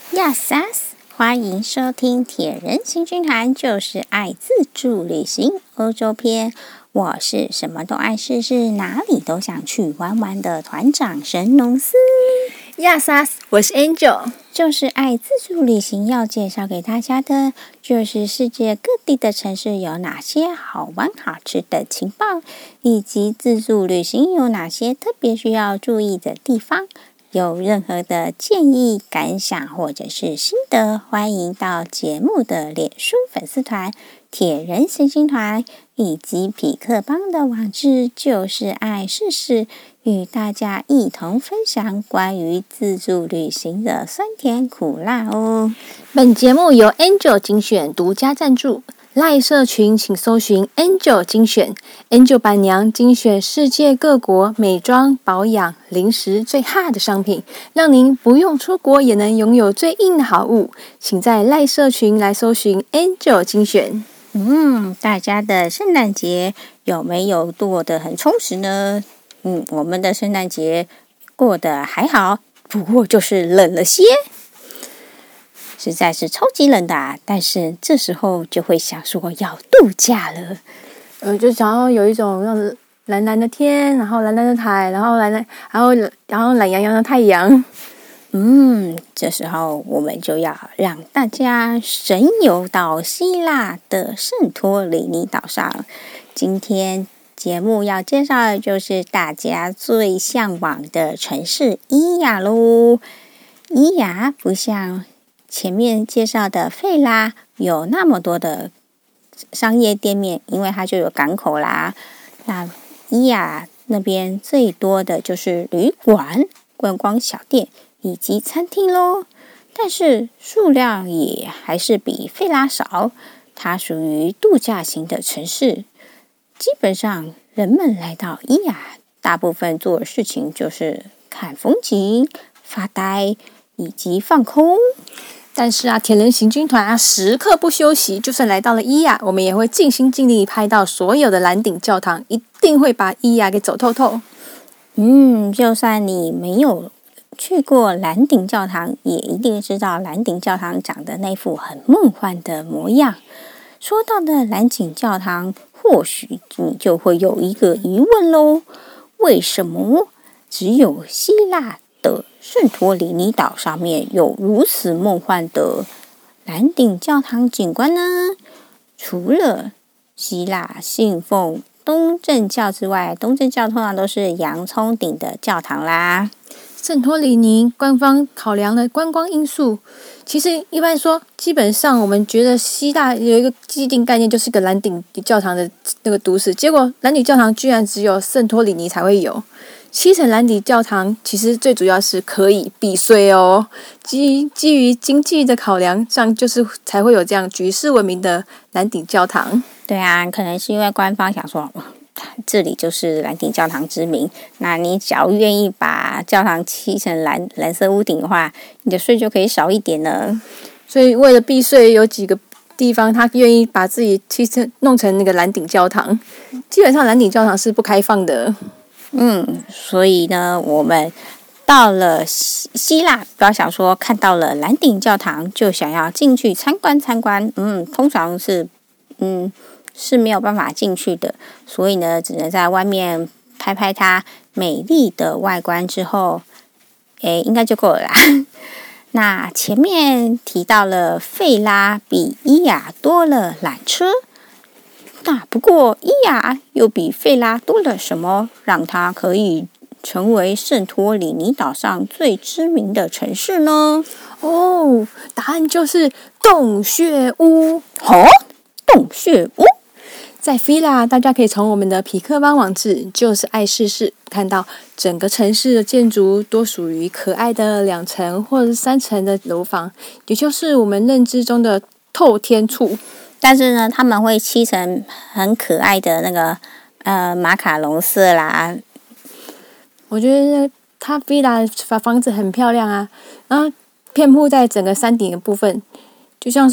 亚萨斯，欢迎收听铁人行军团，就是爱自助旅行欧洲篇。我是什么都爱试试，哪里都想去玩玩的团长神农斯。 亚萨斯，我是 Angel， 就是爱自助旅行要介绍给大家的，就是世界各地的城市有哪些好玩好吃的情报，以及自助旅行有哪些特别需要注意的地方。有任何的建议、感想或者是心得，欢迎到节目的脸书粉丝团铁人行军团以及匹克邦的网志就是爱试试，与大家一同分享关于自助旅行的酸甜苦辣哦。 本节目由 Angel 精选独家赞助，赖社群请搜寻 Angel 精选 ，Angel 板娘精选世界各国美妆、保养、零食最hot的商品，让您不用出国也能拥有最硬的好物。请在赖社群来搜寻 Angel 精选。 大家的圣诞节有没有过得很充实呢？我们的圣诞节过得还好，不过就是冷了些。实在是超级冷的但是这时候就会想说要度假了。 就想要有一种让蓝蓝的天，然后蓝蓝的海，然后懒洋洋的太阳。 这时候我们就要让大家神游到希腊的圣托里尼岛上。今天节目要介绍的就是大家最向往的城市伊雅咯。伊雅不像前面介绍的费拉有那么多的商业店面，因为它就有港口啦。那伊雅那边最多的就是旅馆、观光小店以及餐厅咯，但是数量也还是比费拉少。它属于度假型的城市，基本上人们来到伊雅，大部分做的事情就是看风景、发呆以及放空。 但是铁人行军团时刻不休息，就算来到了伊雅，我们也会尽心尽力拍到所有的蓝顶教堂，一定会把伊雅给走透透。 就算你没有去过蓝顶教堂，也一定知道蓝顶教堂长的那副很梦幻的模样。说到的蓝顶教堂，或许你就会有一个疑问咯，为什么只有希腊的圣托里尼岛上面有如此梦幻的蓝顶教堂景观呢？除了希腊信奉东正教之外，东正教通常都是洋葱顶的教堂啦。 圣托里尼官方考量的观光因素，其实一般说，基本上我们觉得希腊有一个既定概念，就是个蓝顶教堂的那个都市，结果蓝顶教堂居然只有圣托里尼才会有。7层蓝顶教堂其实最主要是可以避税哦，基于经济的考量上，就是才会有这样举世闻名的蓝顶教堂。 对啊，可能是因为官方想说这里就是蓝顶教堂之名，那你只要愿意把教堂漆成蓝色屋顶的话，你的税就可以少一点了。 所以为了避税，有几个地方他愿意把自己弄成那个蓝顶教堂，基本上蓝顶教堂是不开放的。 所以呢，我们到了希腊，不要想说看到了蓝顶教堂就想要进去参观，通常是没有办法进去的，所以呢，只能在外面拍拍它美丽的外观之后，应该就够了啦。那前面提到了费拉比伊雅多了缆车，那不过伊雅又比费拉多了什么，让它可以成为圣托里尼岛上最知名的城市呢？ 答案就是洞穴屋。 洞穴屋在菲拉，大家可以从我们的匹克邦网志就是爱试试看到整个城市的建筑多属于可爱的2层或者3层的楼房，也就是我们认知中的透天厝。 但是呢，他们会漆成很可爱的那个马卡龙色啦。 我觉得它菲拉房子很漂亮啊，然后遍布在整个山顶的部分，就像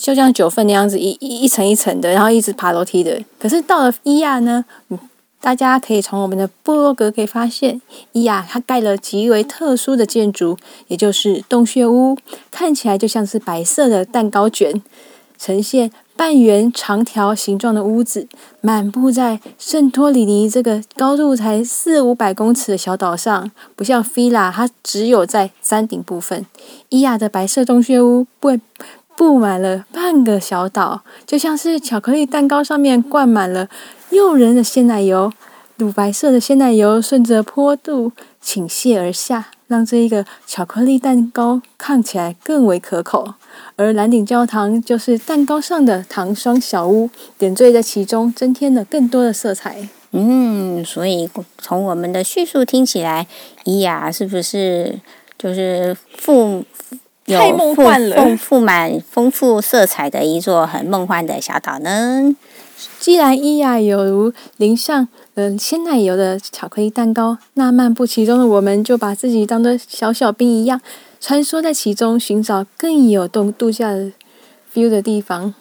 9份那样子，一层一层的，然后一直爬楼梯的。可是到了伊亚呢，大家可以从我们的部落格可以发现，伊亚它盖了极为特殊的建筑，也就是洞穴屋，看看起来就像是白色的蛋糕卷，呈现半圆长条形状的屋子，漫步在圣托里尼这个高度才400-500公尺的小岛上，不像菲拉，它只有在山顶部分。伊亚的白色洞穴屋布满了半个小岛，就像是巧克力蛋糕上面灌满了诱人的鲜奶油，乳白色的鲜奶油顺着坡度倾泻而下，让这一个巧克力蛋糕看起来更为可口。而蓝顶教堂就是蛋糕上的糖霜小屋，点缀在其中，增添了更多的色彩。 所以从我们的叙述听起来，伊雅是不是就是太梦幻了， 富满丰富色彩的一座很梦幻的小岛呢？ 既然伊雅有如淋上鲜奶油的巧克力蛋糕，那漫步其中的我们就把自己当作小小兵一样，穿梭在其中，寻找更有度假的 feel 的地方。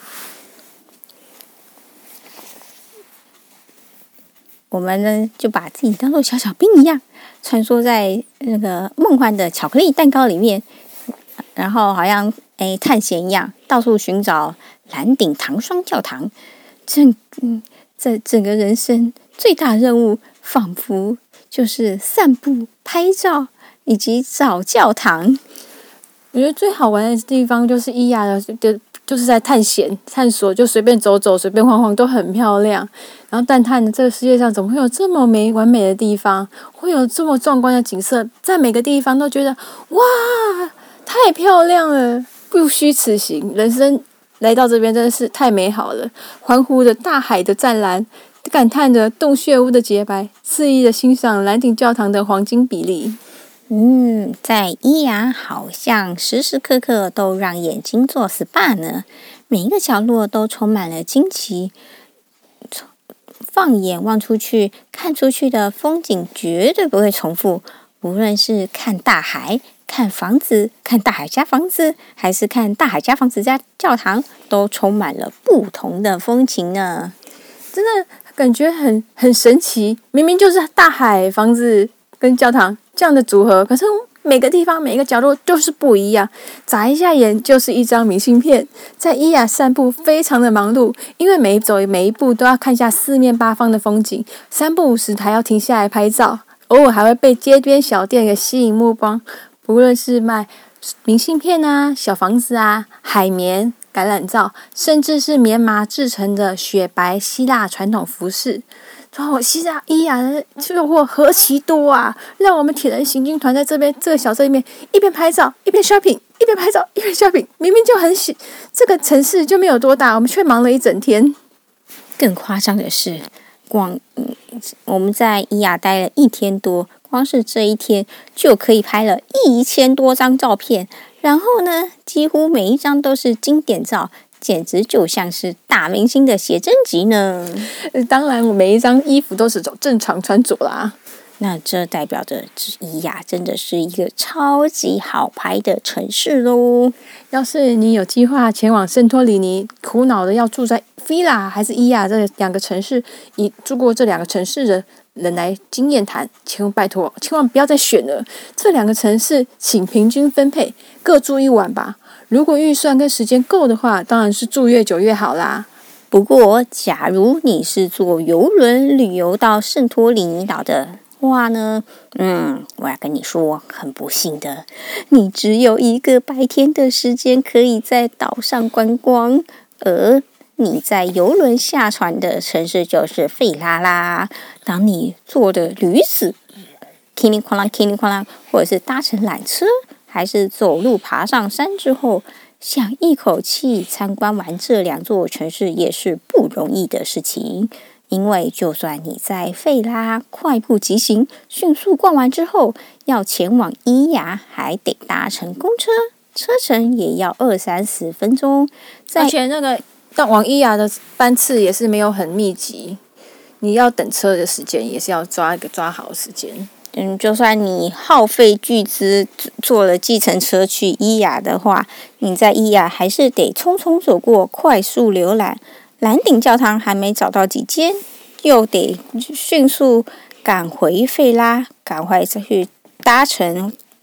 我们呢，就把自己当作小小兵一样，穿梭在那个梦幻的巧克力蛋糕里面，然后好像探险一样，到处寻找蓝顶糖霜教堂。这整个人生最大任务，仿佛就是散步、拍照以及找教堂。 我觉得最好玩的地方就是伊雅的，就是在探险、探索，就随便走走、随便晃晃都很漂亮。然后赞叹这个世界上怎么会有这么完美的地方，会有这么壮观的景色，在每个地方都觉得哇，太漂亮了，不虚此行。人生来到这边真的是太美好了，欢呼着大海的湛蓝，感叹着洞穴屋的洁白，肆意的欣赏蓝顶教堂的黄金比例。 在伊雅好像时时刻刻都让眼睛做 SPA 呢，每一个角落都充满了惊奇。放眼望出去，看出去的风景绝对不会重复，无论是看大海、看房子、看大海加房子，还是看大海加房子加教堂，都充满了不同的风情呢。 真的感觉很神奇，明明就是大海、房子跟教堂这样的组合，可是每个地方每一个角落就是不一样，眨一下眼就是一张明信片。在伊雅散步非常的忙碌，因为每一步都要看下四面八方的风景，3不5时还要停下来拍照，偶尔还会被街边小店给吸引目光，不论是卖明信片啊、小房子啊、海绵、橄榄皂，甚至是棉麻制成的雪白希腊传统服饰。希腊伊雅的诱惑何其多啊！让我们铁人行军团在这边这个小镇里面，一边拍照一边 shopping， 一边拍照一边 shopping。明明就很小，这个城市就没有多大，我们却忙了一整天。 更夸张的是，我们在伊雅待了1天多，光是这一天就可以拍了1000多张照片，然后呢，几乎每一张都是经典照。简直就像是大明星的写真集呢！ 当然，我每一张衣服都是走正常穿着啦。 那这代表着伊雅真的是一个超级好拍的城市咯。 要是你有计划前往圣托里尼，苦恼的要住在菲拉还是伊雅这2个城市，以住过这2个城市的人来经验谈，拜托，千万不要再选了。这2个城市请平均分配，各住1晚吧。如果预算跟时间够的话，当然是住越久越好啦。 不过，假如你是坐邮轮旅游到圣托里尼岛的话呢，我要跟你说，很不幸的，你只有1个白天的时间可以在岛上观光，而你在邮轮下船的城市就是费拉啦。当你坐的驴子噼里哐啷，或者是搭乘缆车，还是走路爬上山之后，想一口气参观完这2座城市也是不容易的事情。因为就算你在费拉快步疾行，迅速逛完之后，要前往伊雅还得搭乘公车，车程也要20-30分钟。 而且那个往伊雅的班次也是没有很密集，你要等车的时间也是要抓好的时间。 就算你耗费巨资坐了计程车去伊雅的话，你在伊雅还是得匆匆走过，快速浏览蓝顶教堂，还没找到几间，又得迅速赶回费拉，赶快再去搭乘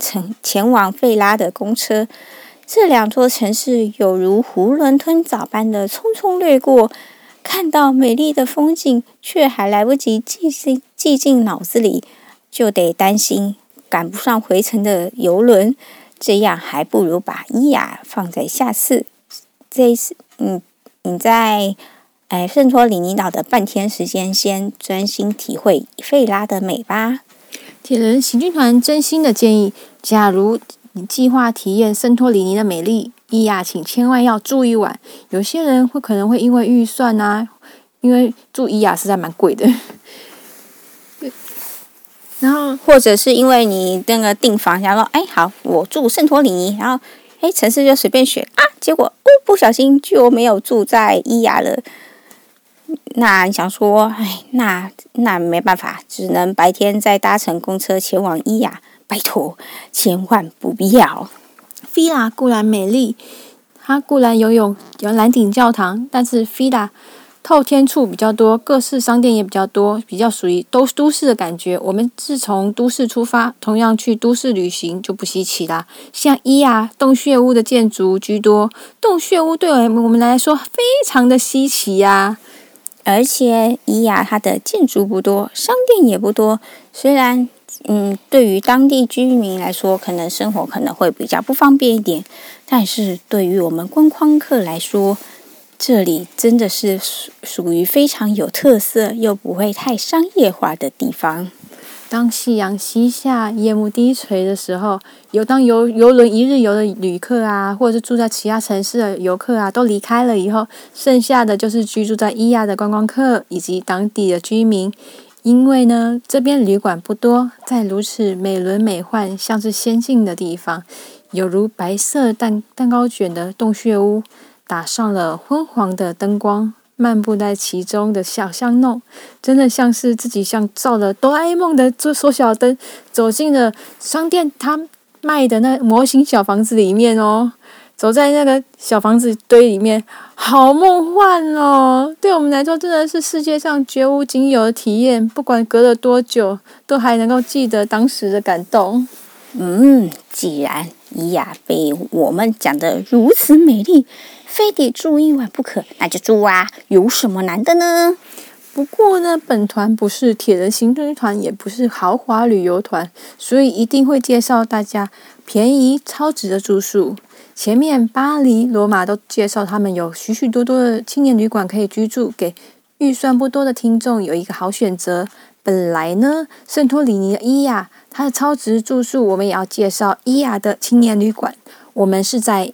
前往费拉的公车。这两座城市有如囫囵吞枣般的匆匆掠过，看到美丽的风景，却还来不及记进脑子里，就得担心赶不上回程的邮轮。这样还不如把伊雅放在下次。这一次，你在圣托里尼岛的半天时间，先专心体会费拉的美吧。 铁人行军团真心的建议，假如你计划体验圣托里尼的美丽，伊雅请千万要住一晚。有些人可能会因为预算啊，因为住伊雅实在蛮贵的。 然后或者是因为你那个订房，然后好，我住圣托里尼，然后城市就随便选啊，结果不小心就没有住在伊雅了。那你想说，那没办法，只能白天再搭乘公车前往伊雅。拜托，千万不要。 菲拉固然美丽，它固然有蓝顶教堂，但是菲拉透天处比较多，各式商店也比较多，比较属于都市的感觉。我们是从都市出发，同样去都市旅行就不稀奇啦。像伊雅洞穴屋的建筑居多，洞穴屋对我们来说非常的稀奇呀。 而且伊雅它的建筑不多，商店也不多，虽然对于当地居民来说，可能生活可能会比较不方便一点，但是对于我们观光客来说，这里真的是属于非常有特色又不会太商业化的地方。 当夕阳西下，夜幕低垂的时候，当游轮一日游的旅客啊，或者是住在其他城市的游客啊，都离开了以后，剩下的就是居住在伊雅的观光客以及当地的居民。因为呢，这边旅馆不多，在如此美轮美奂、像是仙境的地方，有如白色蛋糕卷的洞穴屋，打上了昏黄的灯光，漫步在其中的小巷弄，真的像是自己像照了哆啦 A 梦的缩小灯，走进了商店他卖的那模型小房子里面哦。走在那个小房子堆里面，好梦幻哦！对我们来说，真的是世界上绝无仅有的体验。不管隔了多久，都还能够记得当时的感动。 既然伊雅被我们讲得如此美丽，非得住一晚不可，那就住啊！有什么难的呢？ 不过呢，本团不是铁人行军团，也不是豪华旅游团，所以一定会介绍大家便宜超值的住宿。前面巴黎、罗马都介绍他们有许许多多的青年旅馆可以居住，给预算不多的听众有一个好选择。本来呢，圣托里尼的伊雅，它的超值住宿，我们也要介绍伊雅的青年旅馆。我们是在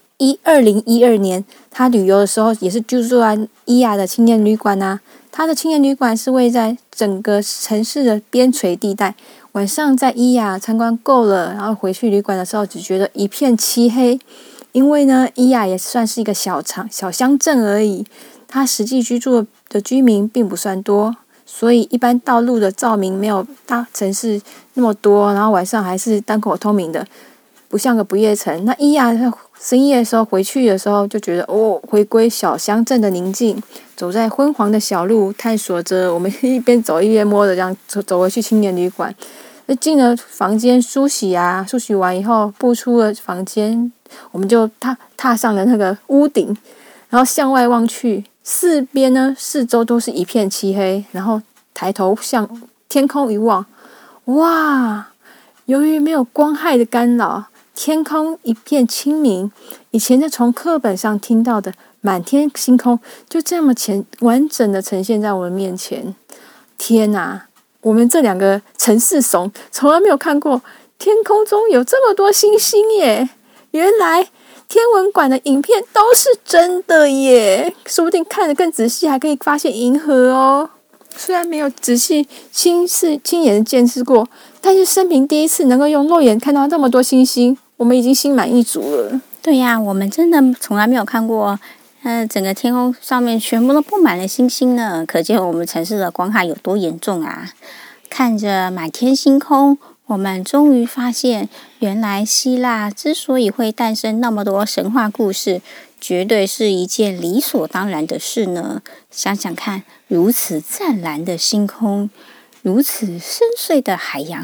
2012年，他旅游的时候也是居住在伊雅的青年旅馆啊。他的青年旅馆是位在整个城市的边陲地带。晚上在伊雅参观够了，然后回去旅馆的时候，只觉得一片漆黑。因为呢，伊雅也算是一个小乡镇而已，它实际居住的居民并不算多，所以一般道路的照明没有大城市那么多，然后晚上还是灯火通明的，不像个不夜城。那伊雅深夜的时候回去的时候，就觉得回归小乡镇的宁静，走在昏黄的小路，探索着，我们一边走一边摸着，这样走回去青年旅馆。进了房间梳洗完以后，步出了房间，我们就踏上了那个屋顶，然后向外望去，四周都是一片漆黑，然后抬头向天空一望，哇！由于没有光害的干扰，天空一片清明，以前从课本上听到的满天星空，就这么完整的呈现在我们面前。天哪！我们这两个城市怂从来没有看过天空中有这么多星星耶！原来天文馆的影片都是真的耶，说不定看得更仔细还可以发现银河哦。虽然没有仔细亲眼见识过，但是生平第一次能够用肉眼看到这么多星星，我们已经心满意足了。 对呀，我们真的从来没有看过整个天空上面全部都布满了星星呢，可见我们城市的光害有多严重啊！看着满天星空，我们终于发现，原来希腊之所以会诞生那么多神话故事，绝对是一件理所当然的事呢。想想看，如此湛蓝的星空，如此深邃的海洋，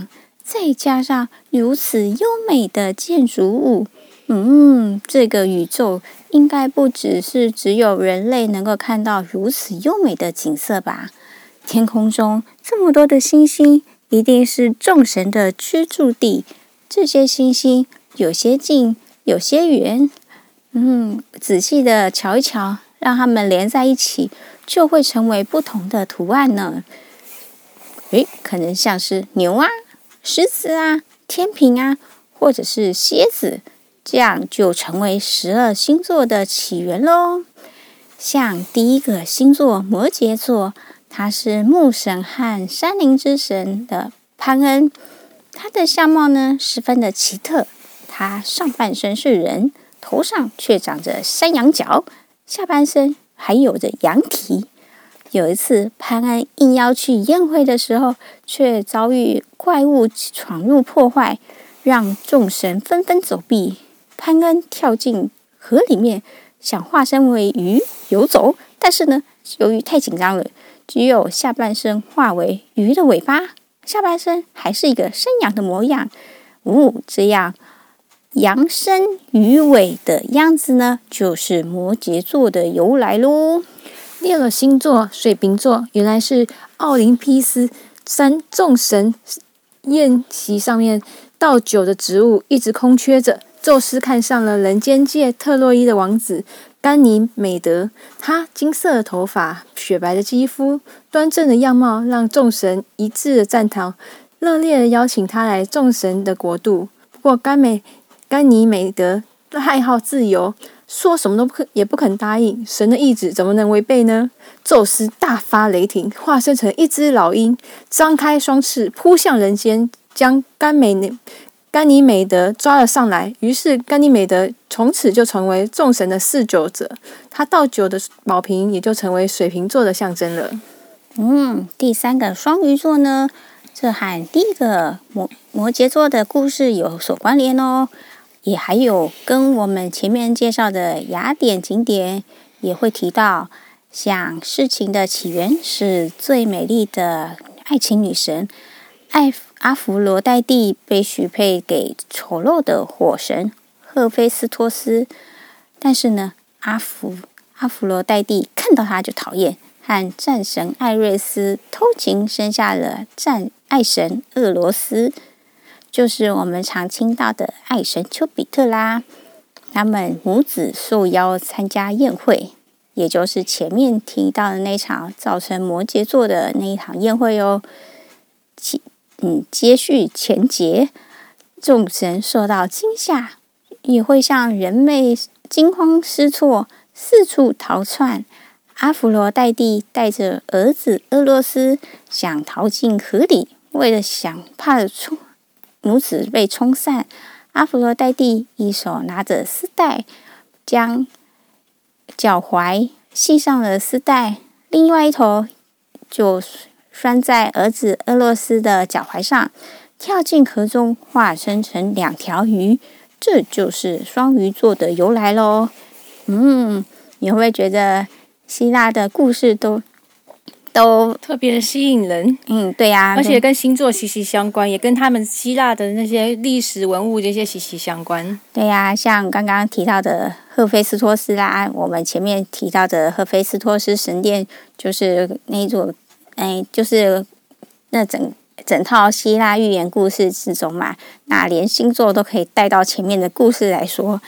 再加上如此优美的建筑物，这个宇宙应该不只有人类能够看到如此优美的景色吧？天空中这么多的星星，一定是众神的居住地。这些星星有些近，有些远。仔细的瞧一瞧，让它们连在一起，就会成为不同的图案呢。可能像是牛啊、狮子啊、天平啊，或者是蝎子，这样就成为12星座的起源咯。像第一个星座摩羯座，他是木神和山林之神的潘恩，他的相貌呢十分的奇特，他上半身是人，头上却长着山羊角，下半身还有着羊蹄。有一次，潘恩应邀去宴会的时候，却遭遇怪物闯入破坏，让众神纷纷走避。潘恩跳进河里面，想化身为鱼游走，但是呢，由于太紧张了，只有下半身化为鱼的尾巴，下半身还是一个山羊的模样。这样羊身鱼尾的样子呢，就是摩羯座的由来咯。 第二个星座水瓶座，原来是奥林匹斯山众神宴席上面倒酒的职务一直空缺着。宙斯看上了人间界特洛伊的王子甘尼美德，他金色的头发、雪白的肌肤、端正的样貌，让众神一致的赞同，热烈的邀请他来众神的国度。不过甘尼美德爱好自由，说什么也不肯答应，神的意志怎么能违背呢？宙斯大发雷霆，化身成一只老鹰，张开双翅扑向人间，将甘尼美德抓了上来。于是甘尼美德从此就成为众神的侍酒者，他倒酒的宝瓶也就成为水瓶座的象征了。 第三个双鱼座呢，这和第一个摩羯座的故事有所关联哦。也还有跟我们前面介绍的雅典景点也会提到，像事情的起源是最美丽的爱情女神阿芙罗黛蒂被许配给丑陋的火神赫菲斯托斯，但是呢，阿芙罗黛蒂看到他就讨厌，和战神艾瑞斯偷情，生下了爱神俄罗斯，就是我们常听到的爱神丘比特啦。他们母子受邀参加宴会，也就是前面提到的那场造成摩羯座的那一场宴会哦。接续前节，众神受到惊吓，也会像人类惊慌失措，四处逃窜。阿芙罗黛蒂带着儿子俄罗斯想逃进河里，为了怕母子被冲散，阿芙罗黛蒂一手拿着丝带，将脚踝系上了丝带，另外一头就拴在儿子俄罗斯的脚踝上，跳进河中，化身成2条鱼。这就是双鱼座的由来咯。你会不会觉得希腊的故事都特别的吸引人？ 对呀， 而且跟星座息息相关，也跟他们希腊的那些历史文物这些息息相关。 对呀，像刚刚提到的赫菲斯托斯啦，我们前面提到的赫菲斯托斯神殿，就是那一座就是那整套希腊寓言故事之中嘛，那连星座都可以带到前面的故事来说。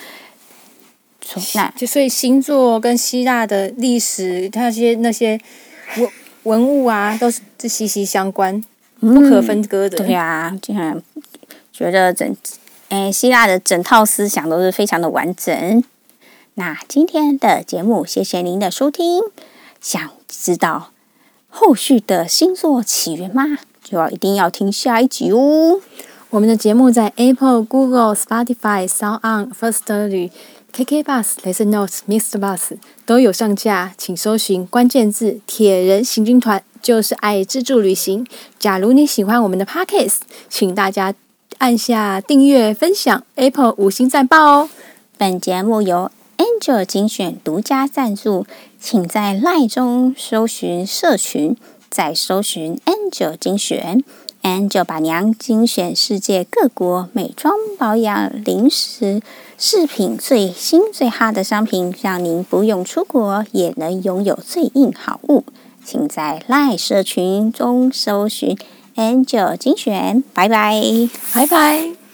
所以星座跟希腊的历史，那些文物啊，都是息息相关，不可分割的。 对啊，就像觉得希腊的整套思想都是非常的完整。那今天的节目，谢谢您的收听。想知道后续的星座起源吗？一定要听下一集哦。 我们的节目在 Apple、Google、Spotify、SoundOn、Firstory、KKBox、Listen Notes、Mr. Bus 都有上架，请搜寻关键字“铁人行军团”，就是爱自助旅行。假如你喜欢我们的 Podcast， 请大家按下订阅、分享 ，Apple 5星赞爆哦。 本节目由 Angel 精选独家赞助，请在 LINE 中搜寻社群，再搜寻 Angel 精选。 Angel 板娘精选世界各国美妆保养、零食、饰品最新最哈的商品，让您不用出国也能拥有最硬好物。请在 LINE 社群中搜寻 Angel 精选，拜拜， 拜拜。